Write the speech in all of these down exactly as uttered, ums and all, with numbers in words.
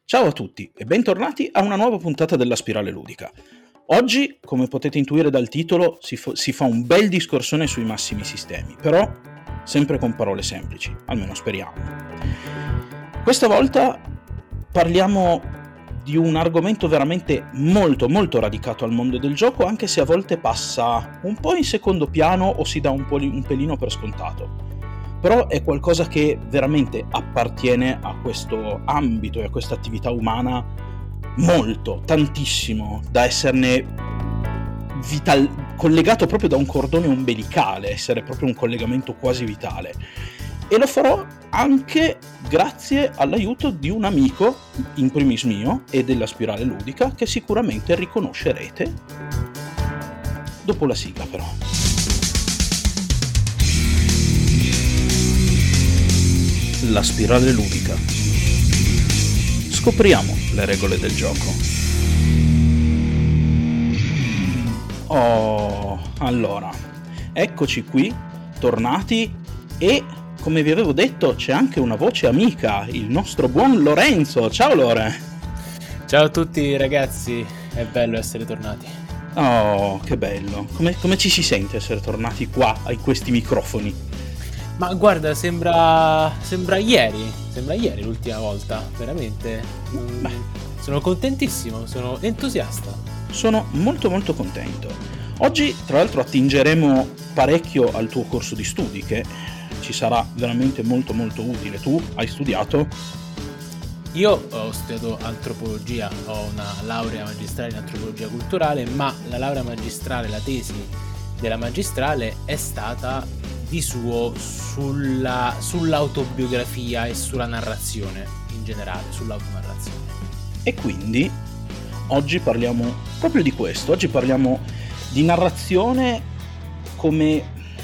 Ciao a tutti e bentornati a una nuova puntata della Spirale Ludica. Oggi, come potete intuire dal titolo, si, fo- si fa un bel discorsone sui massimi sistemi, però sempre con parole semplici, almeno speriamo. Questa volta parliamo di un argomento veramente molto molto radicato al mondo del gioco, anche se a volte passa un po' in secondo piano o si dà un, po' li- un pelino per scontato. Però è qualcosa che veramente appartiene a questo ambito e a questa attività umana molto, tantissimo, da esserne vital- collegato proprio da un cordone ombelicale, essere proprio un collegamento quasi vitale. E lo farò anche grazie all'aiuto di un amico, in primis mio, e della Spirale Ludica, che sicuramente riconoscerete dopo la sigla però. La Spirale Ludica. Scopriamo le regole del gioco. Oh, allora, eccoci qui, tornati, e come vi avevo detto c'è anche una voce amica, il nostro buon Lorenzo. Ciao Lore! Ciao a tutti ragazzi, è bello essere tornati. Oh, che bello! Come, come ci si sente essere tornati qua, ai questi microfoni? Ma guarda, sembra sembra ieri, sembra ieri l'ultima volta, veramente. Beh, sono contentissimo, sono entusiasta. Sono molto molto contento. Oggi, tra l'altro, attingeremo parecchio al tuo corso di studi, che ci sarà veramente molto molto utile. Tu hai studiato? Io ho studiato antropologia, ho una laurea magistrale in antropologia culturale, ma la laurea magistrale, la tesi della magistrale è stata di suo sulla, sull'autobiografia e sulla narrazione in generale, sull'autonarrazione. E quindi oggi parliamo proprio di questo. Oggi parliamo di narrazione come,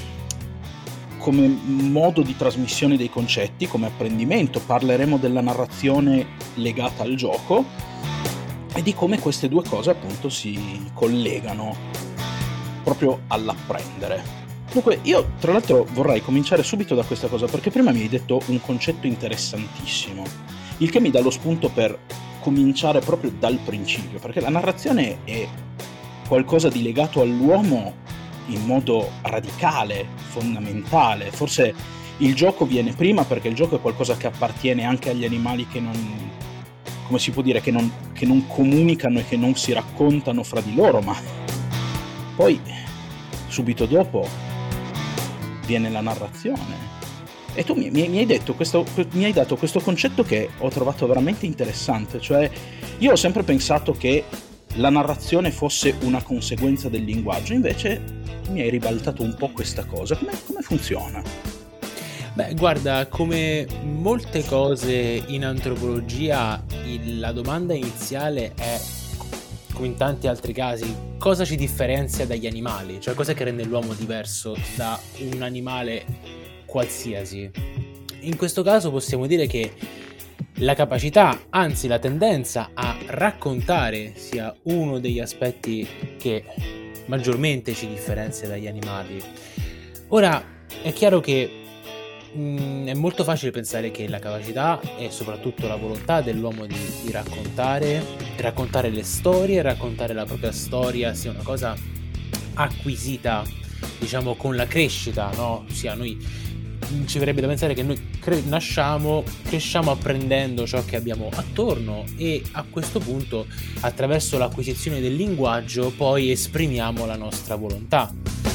come modo di trasmissione dei concetti, come apprendimento. Parleremo della narrazione legata al gioco e di come queste due cose appunto si collegano proprio all'apprendere. Dunque, io tra l'altro vorrei cominciare subito da questa cosa, perché prima mi hai detto un concetto interessantissimo, il che mi dà lo spunto per cominciare proprio dal principio, perché la narrazione è qualcosa di legato all'uomo in modo radicale, fondamentale. Forse il gioco viene prima, perché il gioco è qualcosa che appartiene anche agli animali che non, come si può dire, che non, che non comunicano e che non si raccontano fra di loro, ma poi subito dopo viene la narrazione. E tu mi, mi hai detto questo, mi hai dato questo concetto che ho trovato veramente interessante. Cioè, io ho sempre pensato che la narrazione fosse una conseguenza del linguaggio, invece mi hai ribaltato un po' questa cosa. Come, come funziona? Beh, guarda, come molte cose in antropologia, il, la domanda iniziale è, come in tanti altri casi, cosa ci differenzia dagli animali? Cioè, cosa che rende l'uomo diverso da un animale qualsiasi? In questo caso possiamo dire che la capacità, anzi la tendenza a raccontare, sia uno degli aspetti che maggiormente ci differenzia dagli animali. Ora, è chiaro che Mm, è molto facile pensare che la capacità e soprattutto la volontà dell'uomo di, di raccontare, raccontare le storie, raccontare la propria storia sia una cosa acquisita, diciamo, con la crescita, no? Ossia, noi ci verrebbe da pensare che noi cre- nasciamo, cresciamo apprendendo ciò che abbiamo attorno e a questo punto, attraverso l'acquisizione del linguaggio, poi esprimiamo la nostra volontà.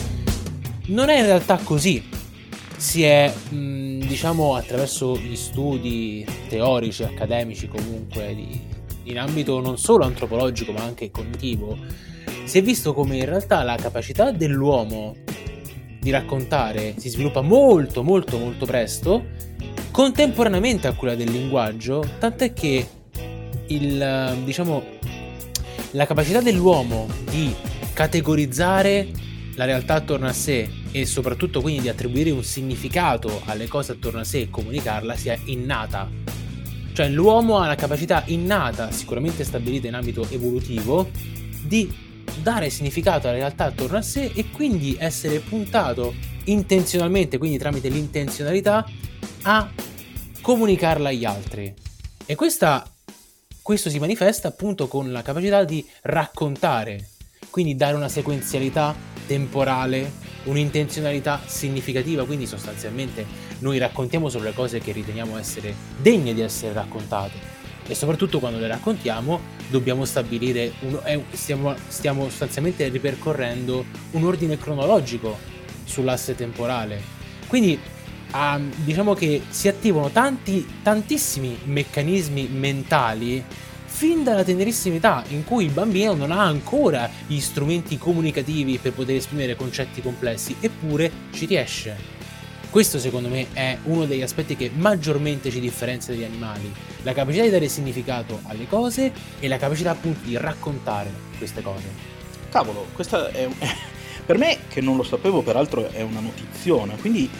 Non è in realtà così. Si è, mh, diciamo, attraverso gli studi teorici, accademici comunque, di, in ambito non solo antropologico ma anche cognitivo, si è visto come in realtà la capacità dell'uomo di raccontare si sviluppa molto molto molto presto, contemporaneamente a quella del linguaggio, tant'è che il, diciamo, la capacità dell'uomo di categorizzare la realtà attorno a sé e soprattutto quindi di attribuire un significato alle cose attorno a sé e comunicarla sia innata. Cioè l'uomo ha la capacità innata, sicuramente stabilita in ambito evolutivo, di dare significato alla realtà attorno a sé e quindi essere puntato intenzionalmente, quindi tramite l'intenzionalità, a comunicarla agli altri. E questa questo si manifesta appunto con la capacità di raccontare, quindi dare una sequenzialità temporale, un'intenzionalità significativa, quindi sostanzialmente noi raccontiamo solo le cose che riteniamo essere degne di essere raccontate, e soprattutto quando le raccontiamo dobbiamo stabilire, un, eh, stiamo, stiamo sostanzialmente ripercorrendo un ordine cronologico sull'asse temporale, quindi ah, diciamo che si attivano tanti, tantissimi meccanismi mentali fin dalla tenerissima età, in cui il bambino non ha ancora gli strumenti comunicativi per poter esprimere concetti complessi, eppure ci riesce. Questo secondo me è uno degli aspetti che maggiormente ci differenzia dagli animali, la capacità di dare significato alle cose e la capacità appunto di raccontare queste cose. Cavolo, questa è un... per me, che non lo sapevo peraltro, è una notizione, quindi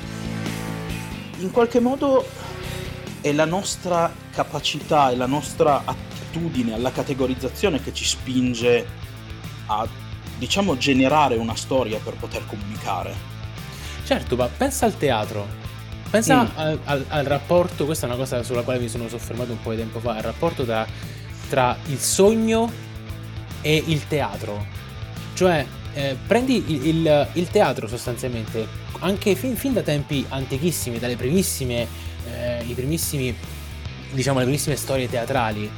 in qualche modo è la nostra capacità e la nostra attitudine alla categorizzazione che ci spinge a, diciamo, generare una storia per poter comunicare. Certo, ma pensa al teatro, pensa Mm. al, al- al rapporto, questa è una cosa sulla quale mi sono soffermato un po' di tempo fa, il rapporto tra, tra il sogno e il teatro. Cioè, eh, prendi il, il- il teatro sostanzialmente, anche fin, fin da tempi antichissimi, dalle primissime, eh, i primissimi, diciamo, le primissime storie teatrali,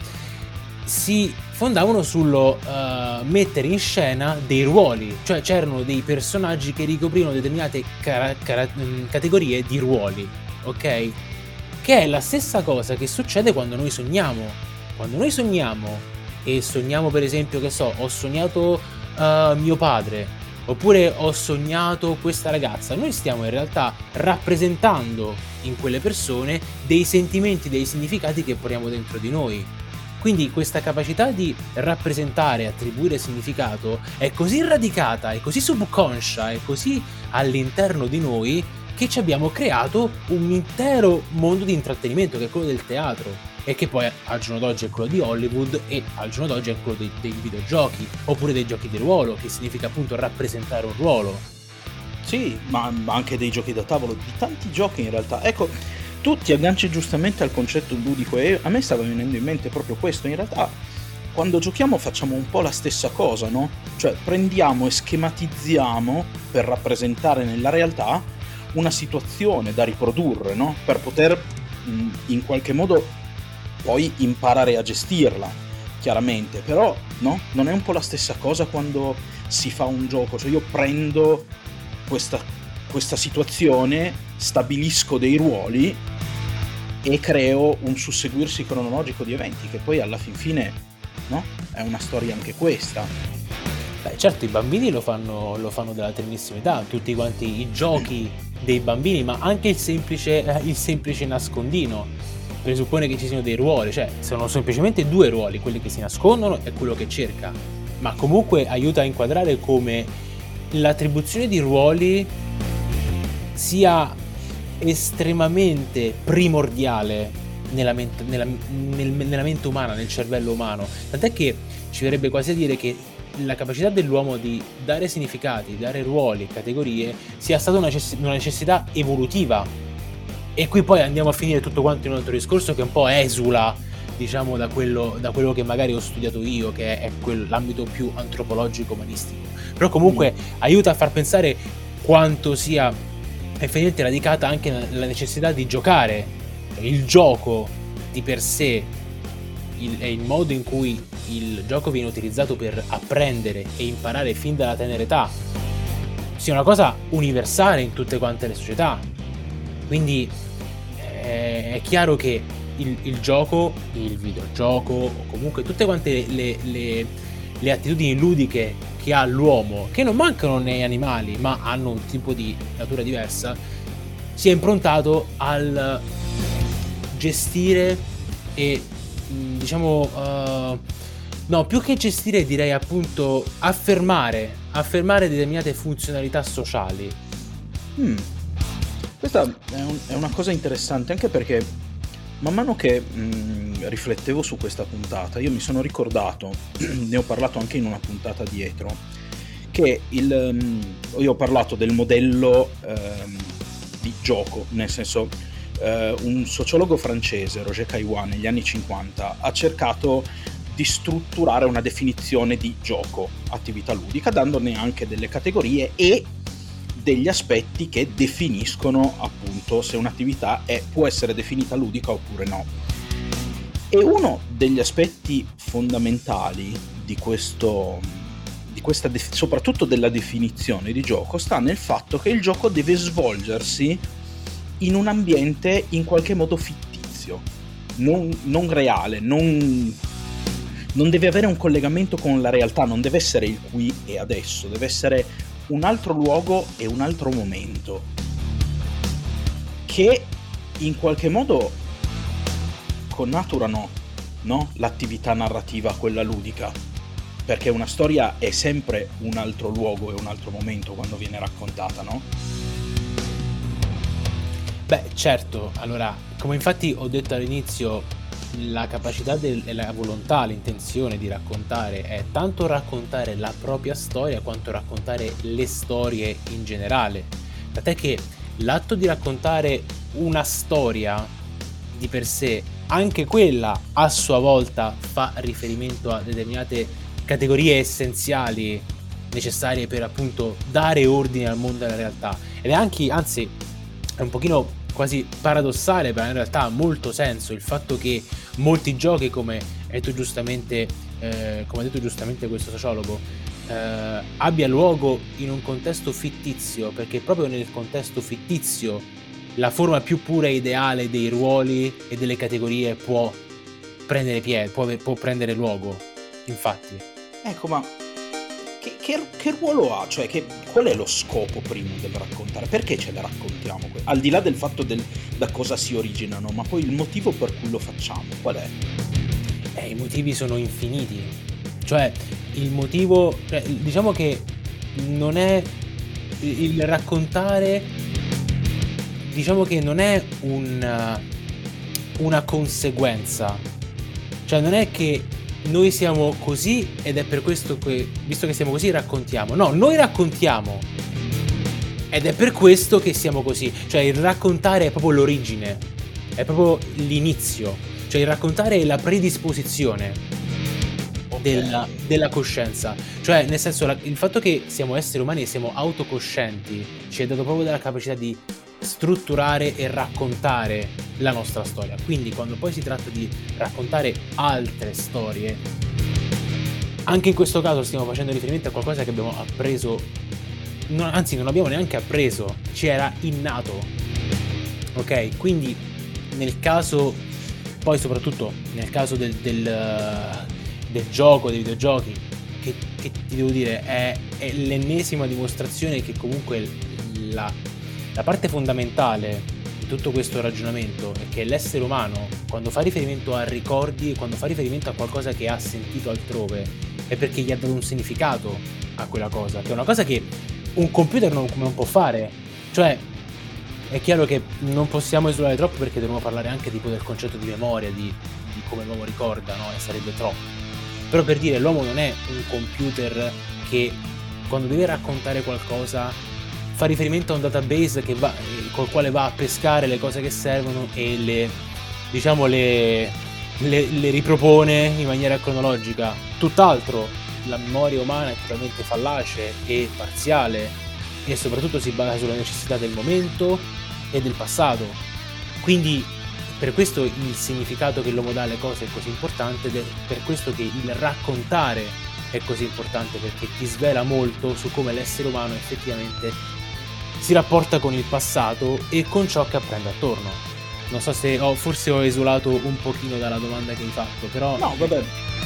si fondavano sullo eh, mettere in scena dei ruoli, cioè c'erano dei personaggi che ricoprivano determinate cara- cara- mh, categorie di ruoli, ok? Che è la stessa cosa che succede quando noi sogniamo. Quando noi sogniamo e sogniamo, per esempio, che so, ho sognato eh, mio padre, oppure ho sognato questa ragazza, noi stiamo in realtà rappresentando in quelle persone dei sentimenti, dei significati che portiamo dentro di noi. Quindi questa capacità di rappresentare, attribuire significato è così radicata, è così subconscia, è così all'interno di noi, che ci abbiamo creato un intero mondo di intrattenimento che è quello del teatro, e che poi al giorno d'oggi è quello di Hollywood, e al giorno d'oggi è quello dei, dei videogiochi, oppure dei giochi di ruolo, che significa appunto rappresentare un ruolo. Sì, ma ma anche dei giochi da tavolo, di tanti giochi in realtà. Ecco, tu ti agganci giustamente al concetto ludico e a me stava venendo in mente proprio questo. In realtà, quando giochiamo facciamo un po' la stessa cosa, no? Cioè prendiamo e schematizziamo per rappresentare nella realtà una situazione da riprodurre, no? Per poter mh, in qualche modo poi imparare a gestirla, chiaramente. Però, no? Non è un po' la stessa cosa quando si fa un gioco? Cioè io prendo questa, questa situazione, stabilisco dei ruoli e creo un susseguirsi cronologico di eventi, che poi alla fin fine, no? È una storia anche questa. Beh, certo, i bambini lo fanno, lo fanno dalla tenerissima età, tutti quanti i giochi dei bambini, ma anche il semplice, eh, il semplice nascondino presuppone che ci siano dei ruoli, cioè sono semplicemente due ruoli, quelli che si nascondono e quello che cerca, ma comunque aiuta a inquadrare come l'attribuzione di ruoli sia estremamente primordiale nella mente, nella, nel- nella mente umana, nel cervello umano, tant'è che ci verrebbe quasi a dire che la capacità dell'uomo di dare significati, dare ruoli, categorie, sia stata una, necess- una necessità evolutiva. E qui poi andiamo a finire tutto quanto in un altro discorso che un po' esula, diciamo, da quello, da quello che magari ho studiato io, che è quel- l'ambito più antropologico umanistico, però comunque aiuta a far pensare quanto sia effettivamente radicata anche la necessità di giocare. Il gioco di per sé il, è il modo in cui il gioco viene utilizzato per apprendere e imparare fin dalla tenera età, sia una cosa universale in tutte quante le società. Quindi eh, è chiaro che il, il gioco, il videogioco, o comunque tutte quante le, le, le attitudini ludiche che ha l'uomo, che non mancano nei animali, ma hanno un tipo di natura diversa, si è improntato al gestire e mh, diciamo uh, no, più che gestire direi appunto affermare affermare determinate funzionalità sociali. Mm. Questa è, un- è una cosa interessante, anche perché man mano che mh, riflettevo su questa puntata, io mi sono ricordato, ne ho parlato anche in una puntata dietro, che il, mh, io ho parlato del modello ehm, di gioco, nel senso, eh, un sociologo francese, Roger Caillois, negli anni cinquanta ha cercato di strutturare una definizione di gioco, attività ludica, dandone anche delle categorie e degli aspetti che definiscono appunto se un'attività è, può essere definita ludica oppure no. E uno degli aspetti fondamentali di questo, di questa def- soprattutto della definizione di gioco, sta nel fatto che il gioco deve svolgersi in un ambiente in qualche modo fittizio, non, non reale, non, non deve avere un collegamento con la realtà, non deve essere il qui e adesso, deve essere un altro luogo e un altro momento che in qualche modo connaturano, no? L'attività narrativa, quella ludica, perché una storia è sempre un altro luogo e un altro momento quando viene raccontata, no? Beh, certo, allora, come infatti ho detto all'inizio, la capacità del, e la volontà, l'intenzione di raccontare è tanto raccontare la propria storia quanto raccontare le storie in generale. Tant'è che l'atto di raccontare una storia di per sé, anche quella a sua volta fa riferimento a determinate categorie essenziali necessarie per appunto dare ordine al mondo e alla realtà. Ed è anche, anzi, è un pochino quasi paradossale, ma in realtà ha molto senso il fatto che molti giochi, come hai detto giustamente, eh, come ha detto giustamente questo sociologo, eh, abbia luogo in un contesto fittizio, perché proprio nel contesto fittizio la forma più pura e ideale dei ruoli e delle categorie può prendere piede, può, può prendere luogo. Infatti, ecco, ma Che, che, che ruolo ha? Cioè, che, qual è lo scopo primo del raccontare? Perché ce le raccontiamo? Al di là del fatto del, da cosa si originano, ma poi il motivo per cui lo facciamo, qual è? Eh, i motivi sono infiniti. Cioè, il motivo... Cioè, diciamo che non è... Il raccontare... Diciamo che non è un, una conseguenza. Cioè, non è che... noi siamo così ed è per questo che, visto che siamo così, raccontiamo. No, noi raccontiamo ed è per questo che siamo così. Cioè il raccontare è proprio l'origine, è proprio l'inizio. Cioè il raccontare è la predisposizione okay. della, della coscienza. Cioè nel senso, la, il fatto che siamo esseri umani e siamo autocoscienti ci è dato proprio dalla capacità di strutturare e raccontare la nostra storia. Quindi quando poi si tratta di raccontare altre storie, anche in questo caso stiamo facendo riferimento a qualcosa che abbiamo appreso, non, anzi non abbiamo neanche appreso, ci era innato, ok? Quindi nel caso, poi soprattutto nel caso del, del, del gioco, dei videogiochi, che, che ti devo dire è, è l'ennesima dimostrazione che comunque la La parte fondamentale di tutto questo ragionamento è che l'essere umano, quando fa riferimento a ricordi, quando fa riferimento a qualcosa che ha sentito altrove, è perché gli ha dato un significato a quella cosa, che è una cosa che un computer non, non può fare. Cioè, è chiaro che non possiamo esulare troppo perché dovremmo parlare anche tipo del concetto di memoria, di, di come l'uomo ricorda, no? E sarebbe troppo. Però per dire, l'uomo non è un computer che quando deve raccontare qualcosa fa riferimento a un database che va, col quale va a pescare le cose che servono e le, diciamo, le, le, le ripropone in maniera cronologica. Tutt'altro, la memoria umana è totalmente fallace e parziale e soprattutto si basa sulla necessità del momento e del passato. Quindi per questo il significato che l'uomo dà alle cose è così importante ed è per questo che il raccontare è così importante, perché ti svela molto su come l'essere umano effettivamente si rapporta con il passato e con ciò che apprende attorno. Non so se ho, forse ho esulato un pochino dalla domanda che hai fatto, però... No, vabbè.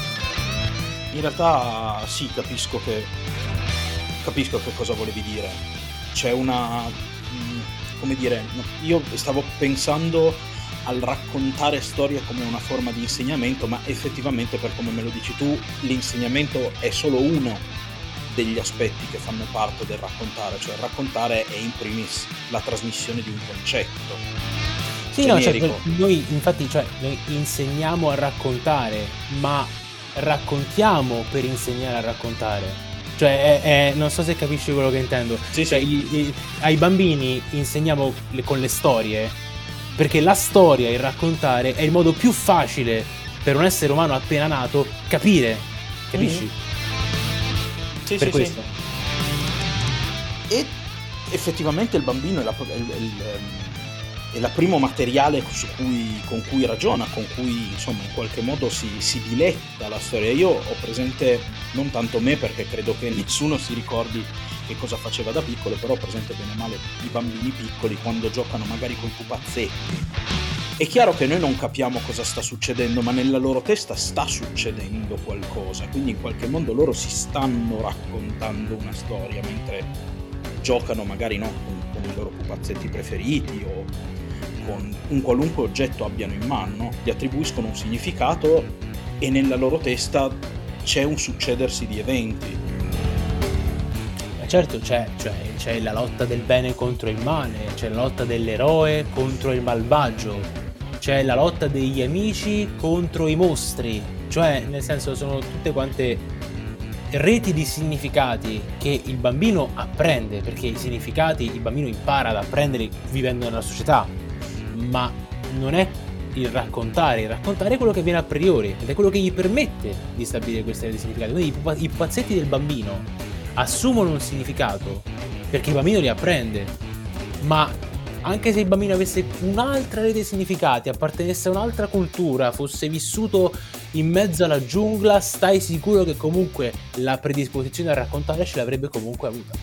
In realtà sì, capisco che capisco che cosa volevi dire. C'è una... come dire, io stavo pensando al raccontare storie come una forma di insegnamento, ma effettivamente, per come me lo dici tu, l'insegnamento è solo uno degli aspetti che fanno parte del raccontare, cioè raccontare è in primis la trasmissione di un concetto. Sì, no, cioè, noi infatti cioè, noi insegniamo a raccontare, ma raccontiamo per insegnare a raccontare. Cioè, è, è, non so se capisci quello che intendo. Sì, cioè, sì. I, i, ai bambini insegniamo le, con le storie, perché la storia, il raccontare, è il modo più facile per un essere umano appena nato capire, capisci? Mm-hmm. Sì, per sì, questo. Sì. E effettivamente il bambino è la, è il, è il, è la primo materiale su cui, con cui ragiona, con cui insomma in qualche modo si, si diletta la storia. Io ho presente, non tanto me perché credo che nessuno si ricordi che cosa faceva da piccolo, però ho presente bene o male i bambini piccoli quando giocano magari con i pupazzetti. È chiaro che noi non capiamo cosa sta succedendo, ma nella loro testa sta succedendo qualcosa, quindi in qualche modo loro si stanno raccontando una storia mentre giocano magari no, con, con i loro pupazzetti preferiti o con un qualunque oggetto abbiano in mano, no? Gli attribuiscono un significato e nella loro testa c'è un succedersi di eventi. Ma certo c'è, cioè, c'è la lotta del bene contro il male, c'è la lotta dell'eroe contro il malvagio, c'è la lotta degli amici contro i mostri, cioè nel senso sono tutte quante reti di significati che il bambino apprende, perché i significati il bambino impara ad apprendere vivendo nella società, ma non è il raccontare, il raccontare è quello che viene a priori ed è quello che gli permette di stabilire queste reti di significati. Quindi i pupazzetti del bambino assumono un significato perché il bambino li apprende, ma anche se il bambino avesse un'altra rete di significati, appartenesse a un'altra cultura, fosse vissuto in mezzo alla giungla, stai sicuro che comunque la predisposizione a raccontare ce l'avrebbe comunque avuta.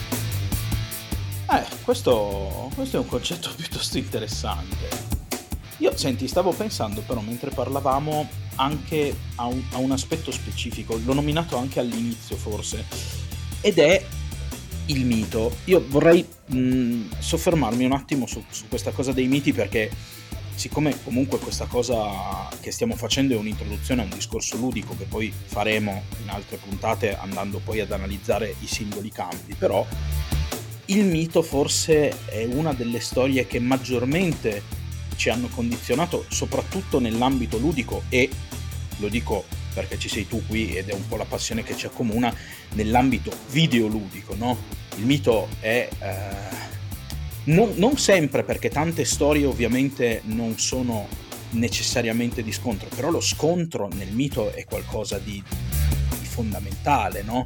Eh, questo, questo è un concetto piuttosto interessante. Io, senti, stavo pensando però mentre parlavamo anche a un, a un aspetto specifico, l'ho nominato anche all'inizio forse, ed è il mito. Io vorrei mh, soffermarmi un attimo su, su questa cosa dei miti, perché siccome comunque questa cosa che stiamo facendo è un'introduzione a un discorso ludico che poi faremo in altre puntate andando poi ad analizzare i singoli campi, però il mito forse è una delle storie che maggiormente ci hanno condizionato, soprattutto nell'ambito ludico, e lo dico perché ci sei tu qui ed è un po' la passione che ci accomuna, nell'ambito videoludico, no? Il mito è eh, non, non sempre, perché tante storie ovviamente non sono necessariamente di scontro, però lo scontro nel mito è qualcosa di, di fondamentale, no?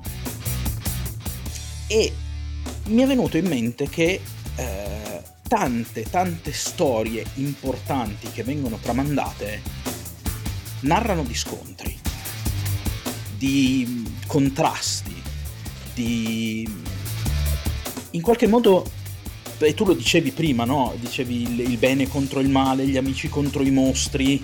E mi è venuto in mente che eh, tante tante storie importanti che vengono tramandate narrano di scontri, di contrasti, di in qualche modo, e tu lo dicevi prima, no? Dicevi il, il bene contro il male, gli amici contro i mostri,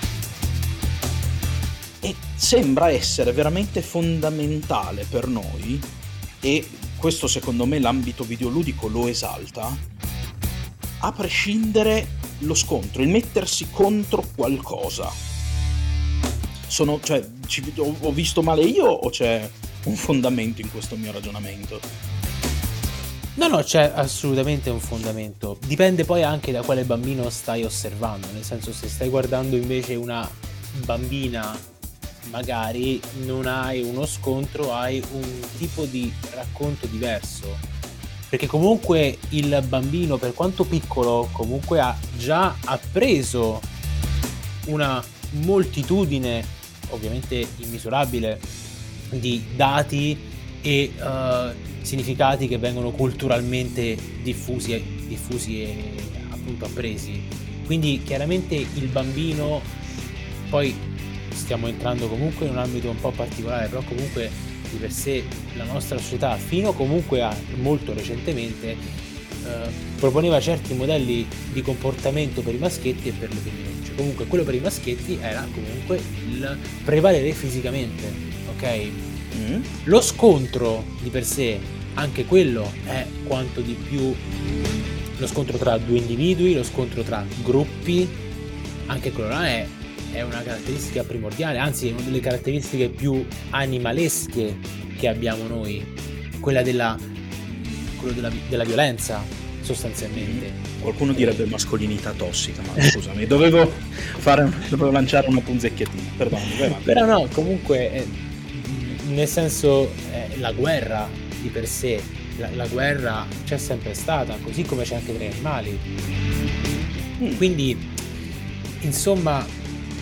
e sembra essere veramente fondamentale per noi, e questo secondo me l'ambito videoludico lo esalta, a prescindere lo scontro, il mettersi contro qualcosa. Sono, cioè, ci, ho, ho visto male io o c'è un fondamento in questo mio ragionamento? No, no, c'è assolutamente un fondamento. Dipende poi anche da quale bambino stai osservando, nel senso, se stai guardando invece una bambina, magari non hai uno scontro, hai un tipo di racconto diverso, perché comunque il bambino, per quanto piccolo, comunque ha già appreso una moltitudine, ovviamente immisurabile, di dati e uh, significati che vengono culturalmente diffusi, diffusi e appunto appresi. Quindi chiaramente il bambino, poi stiamo entrando comunque in un ambito un po' particolare, però comunque di per sé la nostra società fino comunque a molto recentemente eh, proponeva certi modelli di comportamento per i maschietti e per le femminucce. Comunque quello per i maschietti era comunque il prevalere fisicamente, ok? Mm. Lo scontro di per sé, anche quello è quanto di più lo scontro tra due individui, lo scontro tra gruppi, anche quello là è è una caratteristica primordiale, anzi è una delle caratteristiche più animalesche che abbiamo noi, quella della, quello della, della violenza, sostanzialmente. Qualcuno direbbe mascolinità tossica, ma scusami, dovevo fare, dovevo lanciare una punzecchiatina, perdono. Però no, comunque, eh, nel senso, eh, la guerra di per sé, la, la guerra c'è sempre stata, così come c'è anche tra gli animali. Mm. Quindi, insomma,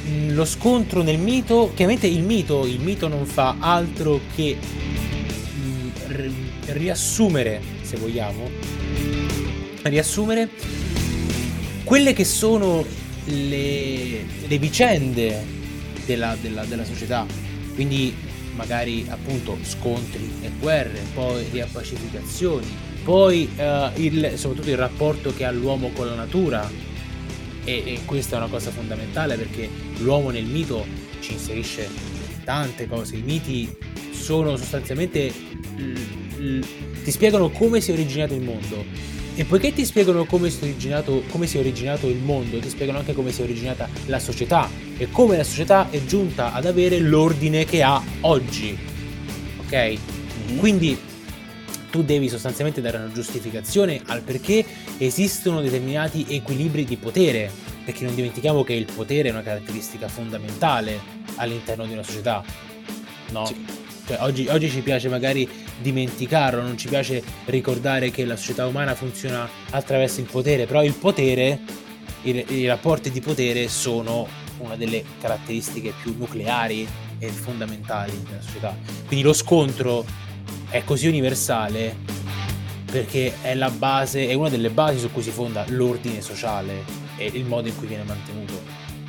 mh, lo scontro nel mito, chiaramente il mito, il mito non fa altro che mh, ri- riassumere, se vogliamo, riassumere quelle che sono le, le vicende della, della, della società. Quindi magari appunto scontri e guerre, poi riappacificazioni, poi eh, il, soprattutto il rapporto che ha l'uomo con la natura, e, e questa è una cosa fondamentale, perché l'uomo nel mito ci inserisce tante cose. I miti sono sostanzialmente l, l, ti spiegano come si è originato il mondo, e poiché ti spiegano come si è originato, come si è originato il mondo, ti spiegano anche come si è originata la società e come la società è giunta ad avere l'ordine che ha oggi, ok? Mm-hmm. Quindi tu devi sostanzialmente dare una giustificazione al perché esistono determinati equilibri di potere, perché non dimentichiamo che il potere è una caratteristica fondamentale all'interno di una società, no? Sì. Cioè, oggi, oggi ci piace magari dimenticarlo, non ci piace ricordare che la società umana funziona attraverso il potere, però il potere, i, i rapporti di potere sono una delle caratteristiche più nucleari e fondamentali della società. Quindi lo scontro è così universale perché è la base, è una delle basi su cui si fonda l'ordine sociale e il modo in cui viene mantenuto.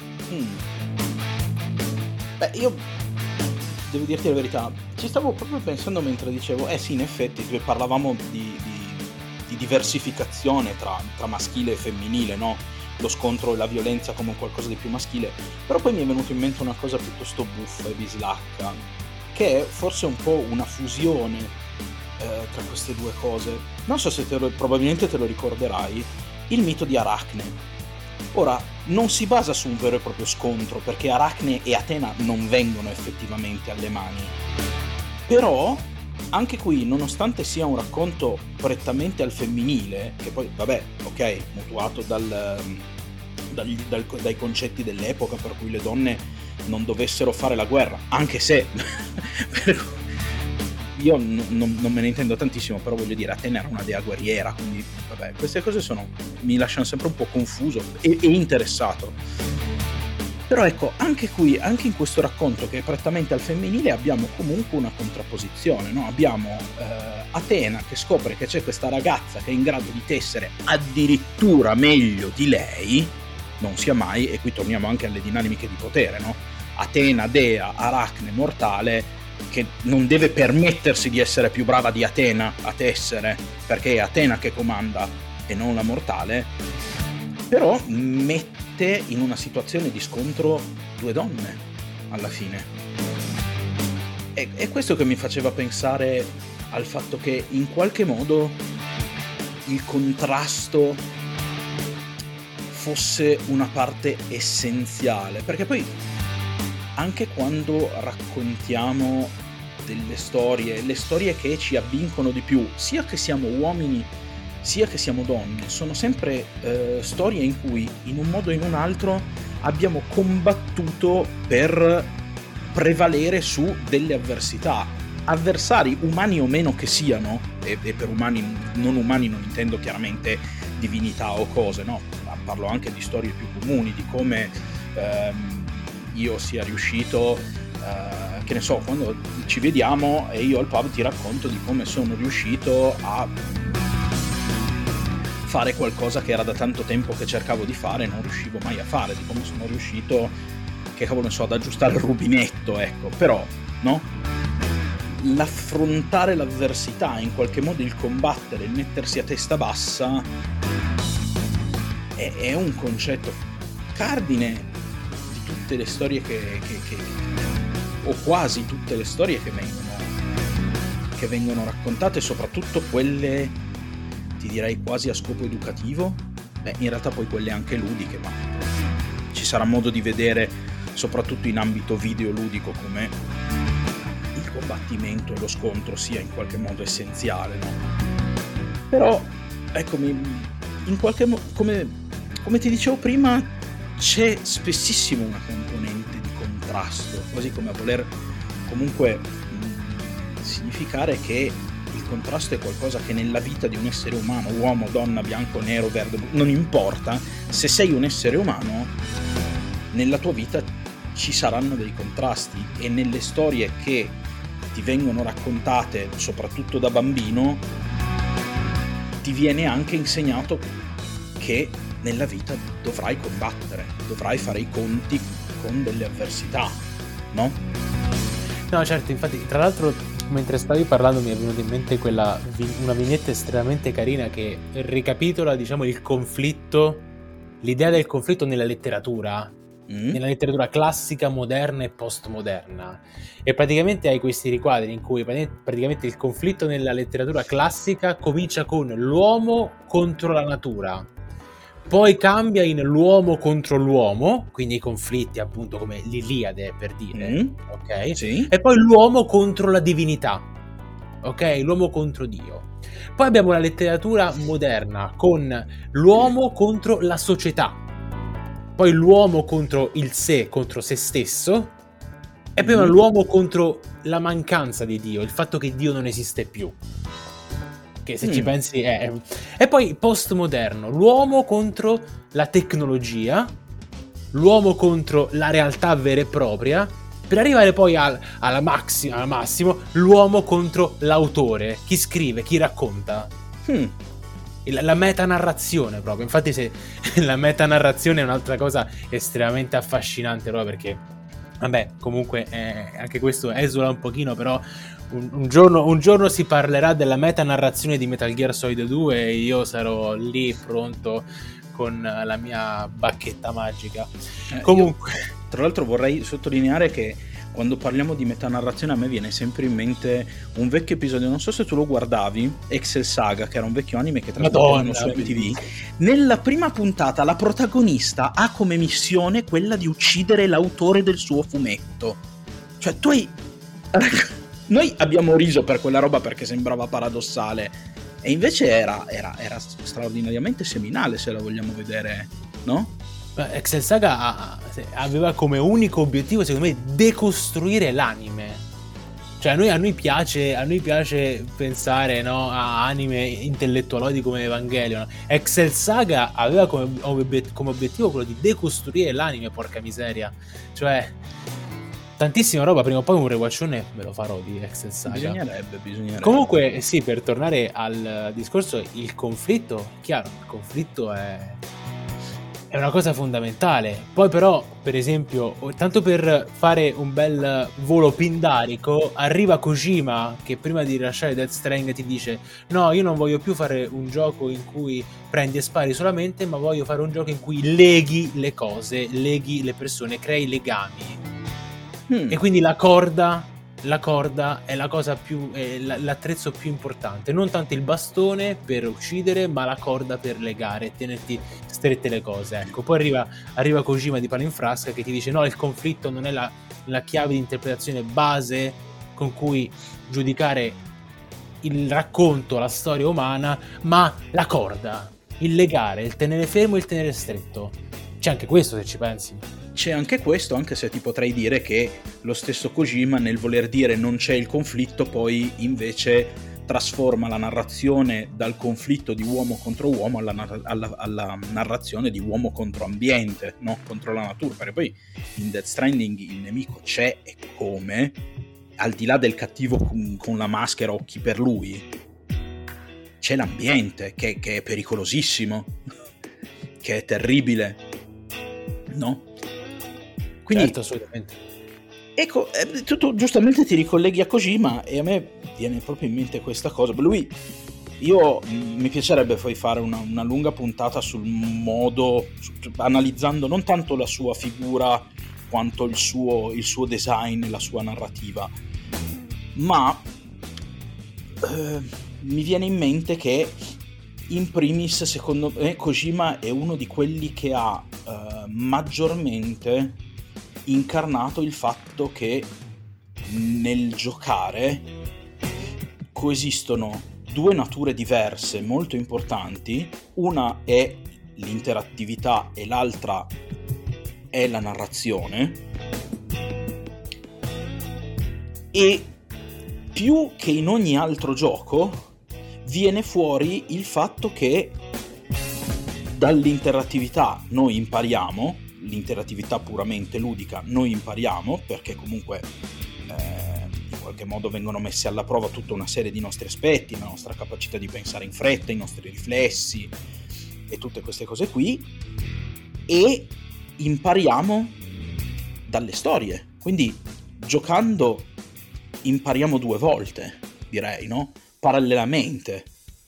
Mm. Beh, io devo dirti la verità, ci stavo proprio pensando mentre dicevo, eh sì, in effetti parlavamo di, di, di diversificazione tra, tra maschile e femminile, no? Lo scontro e la violenza come qualcosa di più maschile, però poi mi è venuto in mente una cosa piuttosto buffa e bislacca, che è forse un po' una fusione eh, tra queste due cose. Non so se te lo, probabilmente te lo ricorderai, il mito di Aracne. Ora, non si basa su un vero e proprio scontro, perché Aracne e Atena non vengono effettivamente alle mani. Però, anche qui, nonostante sia un racconto prettamente al femminile, che poi, vabbè, ok, mutuato dal, dal, dal, dai concetti dell'epoca, per cui le donne non dovessero fare la guerra, anche se... io non, non, non me ne intendo tantissimo, però voglio dire, Atena era una dea guerriera, quindi vabbè, queste cose sono, mi lasciano sempre un po' confuso e, e interessato. Però ecco, anche qui, anche in questo racconto che è prettamente al femminile, abbiamo comunque una contrapposizione, no? Abbiamo eh, Atena che scopre che c'è questa ragazza che è in grado di tessere addirittura meglio di lei, non sia mai, e qui torniamo anche alle dinamiche di potere, no? Atena, dea, Aracne, mortale, che non deve permettersi di essere più brava di Atena a tessere, perché è Atena che comanda e non la mortale, però mette in una situazione di scontro due donne alla fine. E, è questo che mi faceva pensare al fatto che in qualche modo il contrasto fosse una parte essenziale, perché poi anche quando raccontiamo delle storie, le storie che ci avvincono di più, sia che siamo uomini sia che siamo donne, sono sempre eh, storie in cui in un modo o in un altro abbiamo combattuto per prevalere su delle avversità, avversari umani o meno che siano, e, e per umani non umani non intendo chiaramente divinità o cose, no, ma parlo anche di storie più comuni, di come ehm, io sia riuscito, uh, che ne so, quando ci vediamo e io al pub ti racconto di come sono riuscito a fare qualcosa che era da tanto tempo che cercavo di fare e non riuscivo mai a fare, di come sono riuscito, che cavolo ne so, ad aggiustare il rubinetto, ecco. Però, no? L'affrontare l'avversità, in qualche modo il combattere, il mettersi a testa bassa, è, è un concetto cardine tutte le storie che, che, che o quasi tutte le storie che vengono che vengono raccontate, soprattutto quelle, ti direi, quasi a scopo educativo. Beh, in realtà poi quelle anche ludiche, ma ci sarà modo di vedere, soprattutto in ambito videoludico, come il combattimento e lo scontro sia in qualche modo essenziale, no? Però eccomi, in qualche modo, come, come ti dicevo prima, c'è spessissimo una componente di contrasto, quasi come a voler comunque mh, significare che il contrasto è qualcosa che nella vita di un essere umano, uomo, donna, bianco, nero, verde, non importa, se sei un essere umano, nella tua vita ci saranno dei contrasti, e nelle storie che ti vengono raccontate soprattutto da bambino ti viene anche insegnato che nella vita dovrai combattere, dovrai fare i conti con delle avversità, no? No, certo, infatti, tra l'altro, mentre stavi parlando mi è venuta in mente quella vi- una vignetta estremamente carina che ricapitola, diciamo, il conflitto, l'idea del conflitto nella letteratura, mm. nella letteratura classica, moderna e postmoderna. E praticamente hai questi riquadri in cui praticamente il conflitto nella letteratura classica comincia con l'uomo contro la natura, poi cambia in l'uomo contro l'uomo, quindi i conflitti appunto come l'Iliade, per dire, mm. ok? Sì. E poi l'uomo contro la divinità, ok? L'uomo contro Dio. Poi abbiamo la letteratura moderna con l'uomo contro la società, poi l'uomo contro il sé, contro se stesso, e poi mm. l'uomo contro la mancanza di Dio, il fatto che Dio non esiste più. Che se mm. ci pensi è... E poi postmoderno, l'uomo contro la tecnologia, l'uomo contro la realtà vera e propria, per arrivare poi al, alla massima, al massimo, l'uomo contro l'autore, chi scrive, chi racconta. Mm. La, la metanarrazione proprio. Infatti se la metanarrazione è un'altra cosa estremamente affascinante, no? Perché, vabbè, comunque eh, anche questo esula un pochino, però un, un, giorno, un giorno si parlerà della metanarrazione di Metal Gear Solid due e io sarò lì pronto con la mia bacchetta magica. Eh, comunque, io, tra l'altro vorrei sottolineare che quando parliamo di metanarrazione a me viene sempre in mente un vecchio episodio, non so se tu lo guardavi, Excel Saga, che era un vecchio anime che trasmettevano su M T V. Nella prima puntata la protagonista ha come missione quella di uccidere l'autore del suo fumetto. Cioè tu hai... Noi abbiamo riso per quella roba perché sembrava paradossale, e invece era, era, era straordinariamente seminale, se la vogliamo vedere, no? Excel Saga aveva come unico obiettivo, secondo me, decostruire l'anime. Cioè a noi, a noi piace a noi piace pensare, no, a anime intellettualoidi come Evangelion. Excel Saga aveva come, come obiettivo quello di decostruire l'anime, porca miseria. Cioè tantissima roba. Prima o poi un rewatchone me lo farò di Excel Saga. Bisognerebbe, bisognerebbe. Comunque sì, per tornare al discorso, il conflitto, chiaro, il conflitto è è una cosa fondamentale. Poi però, per esempio, tanto per fare un bel volo pindarico, arriva Kojima che prima di rilasciare Death Stranding ti dice: no, io non voglio più fare un gioco in cui prendi e spari solamente, ma voglio fare un gioco in cui leghi le cose, leghi le persone, crei legami. Hmm. E quindi la corda la corda è la cosa più, è l'attrezzo più importante, non tanto il bastone per uccidere, ma la corda per legare e tenerti strette le cose. Ecco, poi arriva, arriva Kojima di palo in frasca che ti dice: no, il conflitto non è la, la chiave di interpretazione base con cui giudicare il racconto, la storia umana, ma la corda, il legare, il tenere fermo e il tenere stretto. C'è anche questo, se ci pensi. C'è anche questo, anche se ti potrei dire che lo stesso Kojima, nel voler dire non c'è il conflitto, poi invece trasforma la narrazione dal conflitto di uomo contro uomo alla, nar- alla, alla narrazione di uomo contro ambiente, no? Contro la natura, perché poi in Death Stranding il nemico c'è, e come, al di là del cattivo con, con la maschera occhi per lui, c'è l'ambiente che, che è pericolosissimo, che è terribile, no? Quindi, certo, assolutamente. Ecco, tu, tu giustamente ti ricolleghi a Kojima e a me viene proprio in mente questa cosa. Lui, io mi piacerebbe poi fare una, una lunga puntata sul modo, su, analizzando non tanto la sua figura quanto il suo, il suo design e la sua narrativa, ma eh, mi viene in mente che in primis, secondo me, Kojima è uno di quelli che ha eh, maggiormente incarnato il fatto che nel giocare coesistono due nature diverse molto importanti. Una è l'interattività e l'altra è la narrazione, e più che in ogni altro gioco viene fuori il fatto che dall'interattività noi impariamo, l'interattività puramente ludica noi impariamo, perché comunque eh, in qualche modo vengono messi alla prova tutta una serie di nostri aspetti, la nostra capacità di pensare in fretta, i nostri riflessi e tutte queste cose qui, e impariamo dalle storie, quindi giocando impariamo due volte, direi, no? Parallelamente.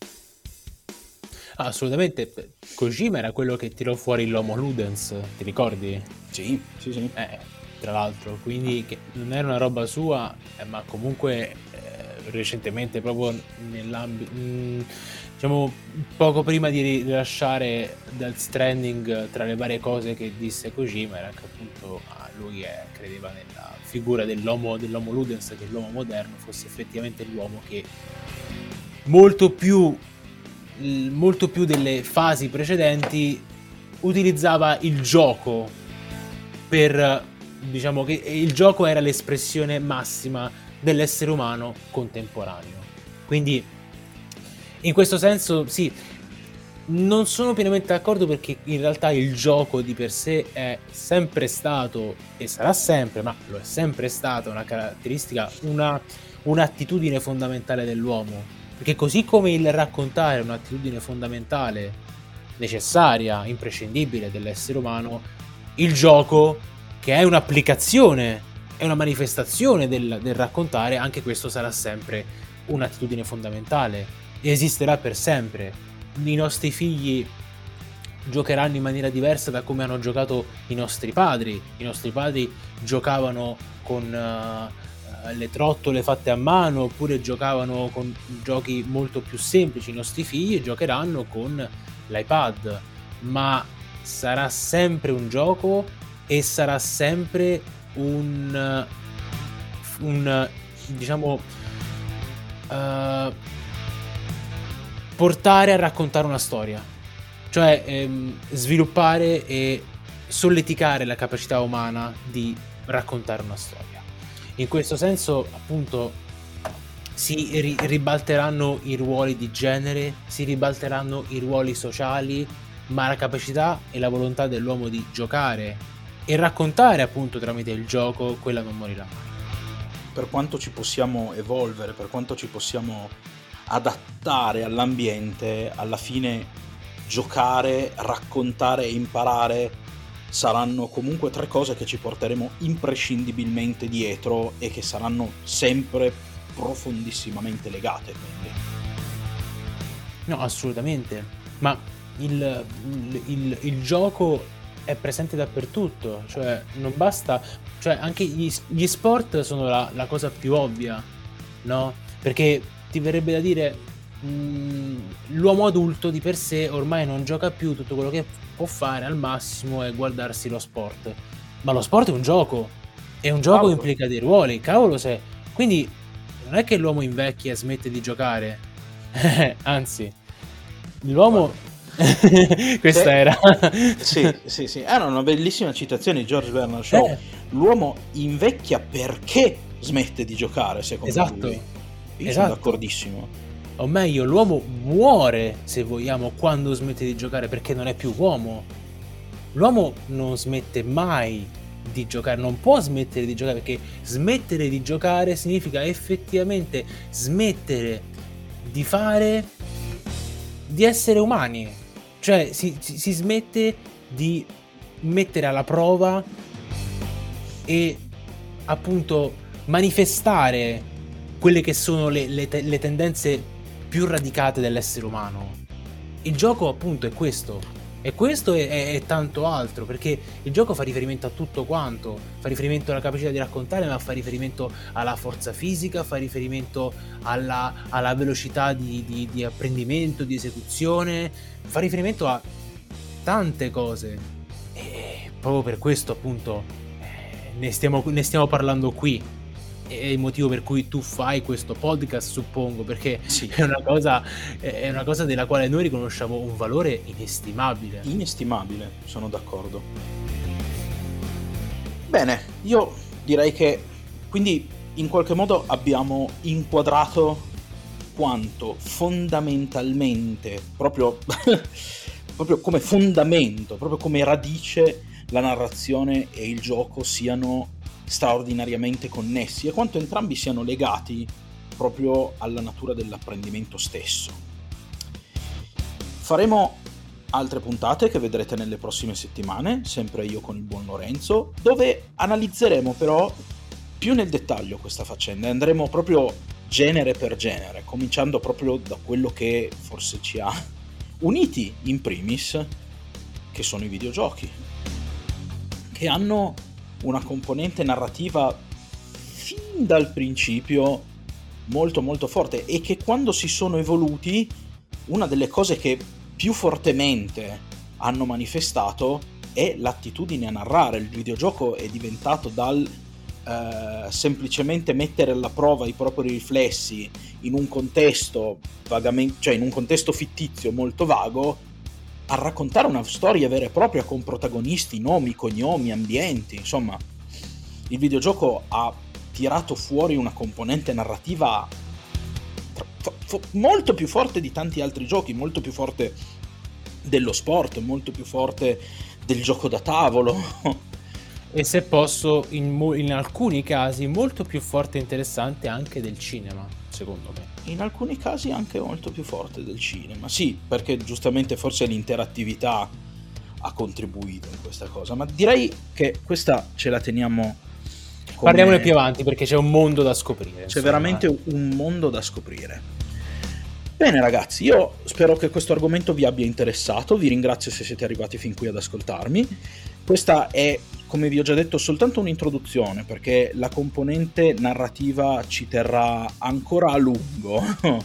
Ah, assolutamente. Kojima era quello che tirò fuori l'Homo Ludens, ti ricordi? Sì, sì, sì. Eh, tra l'altro, quindi che non era una roba sua, eh, ma comunque eh, recentemente, proprio nell'ambito, diciamo poco prima di rilasciare Death Stranding, tra le varie cose che disse Kojima era che appunto ah, lui è, credeva nella figura dell'Homo, dell'Homo Ludens, che l'uomo moderno fosse effettivamente l'uomo che molto più molto più delle fasi precedenti utilizzava il gioco per, diciamo che il gioco era l'espressione massima dell'essere umano contemporaneo. Quindi in questo senso sì, non sono pienamente d'accordo, perché in realtà il gioco di per sé è sempre stato e sarà sempre, ma lo è sempre stata una caratteristica, una un'attitudine fondamentale dell'uomo. Perché così come il raccontare è un'attitudine fondamentale, necessaria, imprescindibile dell'essere umano, il gioco, che è un'applicazione, è una manifestazione del, del raccontare, anche questo sarà sempre un'attitudine fondamentale e esisterà per sempre. I nostri figli giocheranno in maniera diversa da come hanno giocato i nostri padri. I nostri padri giocavano con Uh, le trottole fatte a mano, oppure giocavano con giochi molto più semplici. I nostri figli giocheranno con l'iPad, ma sarà sempre un gioco e sarà sempre un un diciamo uh, portare a raccontare una storia, cioè ehm, sviluppare e solleticare la capacità umana di raccontare una storia. In questo senso, appunto, si ri- ribalteranno i ruoli di genere, si ribalteranno i ruoli sociali, ma la capacità e la volontà dell'uomo di giocare e raccontare, appunto, tramite il gioco, quella non morirà mai. Per quanto ci possiamo evolvere, per quanto ci possiamo adattare all'ambiente, alla fine giocare, raccontare e imparare saranno comunque tre cose che ci porteremo imprescindibilmente dietro e che saranno sempre profondissimamente legate. Quindi. No, assolutamente. Ma il, il, il gioco è presente dappertutto, cioè non basta, cioè anche gli, gli sport sono la, la cosa più ovvia, no? Perché ti verrebbe da dire mh, l'uomo adulto di per sé ormai non gioca più, tutto quello che può fare al massimo è guardarsi lo sport, ma lo sport è un gioco e un gioco cavolo. Implica dei ruoli, cavolo se, quindi non è che l'uomo invecchia e smette di giocare, anzi l'uomo questa sì. era sì sì sì era una bellissima citazione di George Bernard Shaw, eh. L'uomo invecchia perché smette di giocare, secondo esatto. lui. Io esatto. sono d'accordissimo. O meglio, l'uomo muore, se vogliamo, quando smette di giocare, perché non è più uomo. L'uomo non smette mai di giocare, non può smettere di giocare, perché smettere di giocare significa effettivamente smettere di fare, di essere umani. Cioè si, si, si smette di mettere alla prova e appunto manifestare quelle che sono le, le, te, le tendenze più radicate dell'essere umano. Il gioco appunto è questo, e questo è, è, è tanto altro, perché il gioco fa riferimento a tutto quanto, fa riferimento alla capacità di raccontare, ma fa riferimento alla forza fisica, fa riferimento alla, alla velocità di, di, di apprendimento, di esecuzione, fa riferimento a tante cose, e proprio per questo appunto eh, ne, stiamo, ne stiamo parlando qui. È il motivo per cui tu fai questo podcast, suppongo, perché sì. è una cosa è una cosa della quale noi riconosciamo un valore inestimabile. Inestimabile, sono d'accordo. Bene, io direi che quindi in qualche modo abbiamo inquadrato quanto fondamentalmente, proprio, proprio come fondamento, proprio come radice la narrazione e il gioco siano straordinariamente connessi e quanto entrambi siano legati proprio alla natura dell'apprendimento stesso. Faremo altre puntate che vedrete nelle prossime settimane, sempre io con il buon Lorenzo, dove analizzeremo però più nel dettaglio questa faccenda e andremo proprio genere per genere, cominciando proprio da quello che forse ci ha uniti in primis, che sono i videogiochi, che hanno una componente narrativa fin dal principio molto molto forte e che quando si sono evoluti, una delle cose che più fortemente hanno manifestato è l'attitudine a narrare. Il videogioco è diventato dal eh, semplicemente mettere alla prova i propri riflessi in un contesto vagamente, cioè in un contesto fittizio molto vago, a raccontare una storia vera e propria con protagonisti, nomi, cognomi, ambienti. Insomma, il videogioco ha tirato fuori una componente narrativa molto più forte di tanti altri giochi, molto più forte dello sport, molto più forte del gioco da tavolo e, se posso, in, mo- in alcuni casi molto più forte e interessante anche del cinema, secondo me. In alcuni casi anche molto più forte del cinema, sì, perché giustamente forse l'interattività ha contribuito in questa cosa, ma direi che questa ce la teniamo come... Parliamone più avanti, perché c'è un mondo da scoprire. C'è insomma. veramente un mondo da scoprire. Bene ragazzi, io spero che questo argomento vi abbia interessato, vi ringrazio se siete arrivati fin qui ad ascoltarmi. Questa è, come vi ho già detto, soltanto un'introduzione, perché la componente narrativa ci terrà ancora a lungo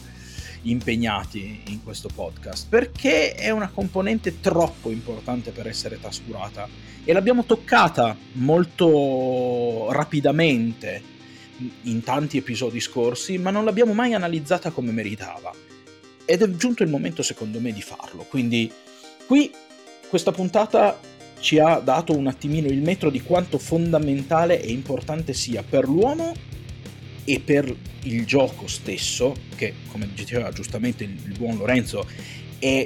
impegnati in questo podcast, perché è una componente troppo importante per essere trascurata e l'abbiamo toccata molto rapidamente in tanti episodi scorsi, ma non l'abbiamo mai analizzata come meritava. Ed è giunto il momento, secondo me, di farlo. Quindi qui questa puntata ci ha dato un attimino il metro di quanto fondamentale e importante sia per l'uomo e per il gioco stesso, che, come diceva giustamente il, il buon Lorenzo, è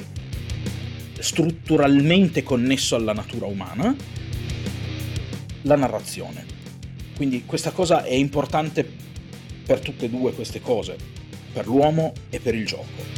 strutturalmente connesso alla natura umana, la narrazione. Quindi questa cosa è importante per tutte e due queste cose, per l'uomo e per il gioco.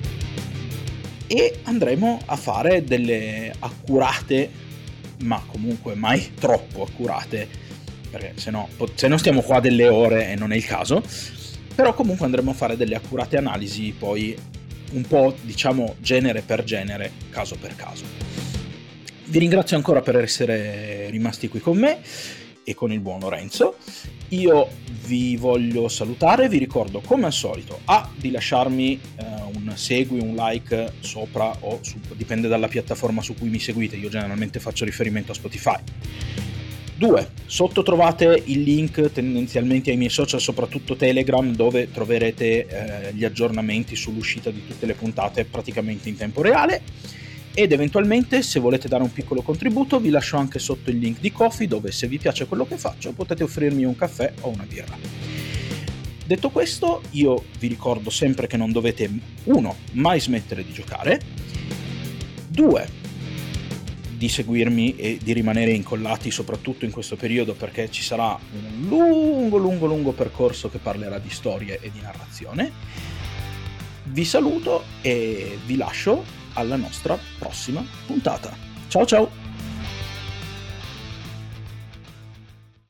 E andremo a fare delle accurate, ma comunque mai troppo accurate, perché se no, se no stiamo qua delle ore e non è il caso, però comunque andremo a fare delle accurate analisi poi un po', diciamo, genere per genere, caso per caso. Vi ringrazio ancora per essere rimasti qui con me e con il buon Lorenzo. Io vi voglio salutare, vi ricordo come al solito a di lasciarmi eh, un segui, un like sopra o su, dipende dalla piattaforma su cui mi seguite, io generalmente faccio riferimento a Spotify. Due, sotto trovate il link tendenzialmente ai miei social, soprattutto Telegram, dove troverete eh, gli aggiornamenti sull'uscita di tutte le puntate praticamente in tempo reale. Ed eventualmente, se volete dare un piccolo contributo, vi lascio anche sotto il link di Ko-fi, dove, se vi piace quello che faccio, potete offrirmi un caffè o una birra. Detto questo, io vi ricordo sempre che non dovete, uno, mai smettere di giocare, due, di seguirmi e di rimanere incollati soprattutto in questo periodo, perché ci sarà un lungo lungo lungo percorso che parlerà di storie e di narrazione. Vi saluto e vi lascio alla nostra prossima puntata. Ciao ciao!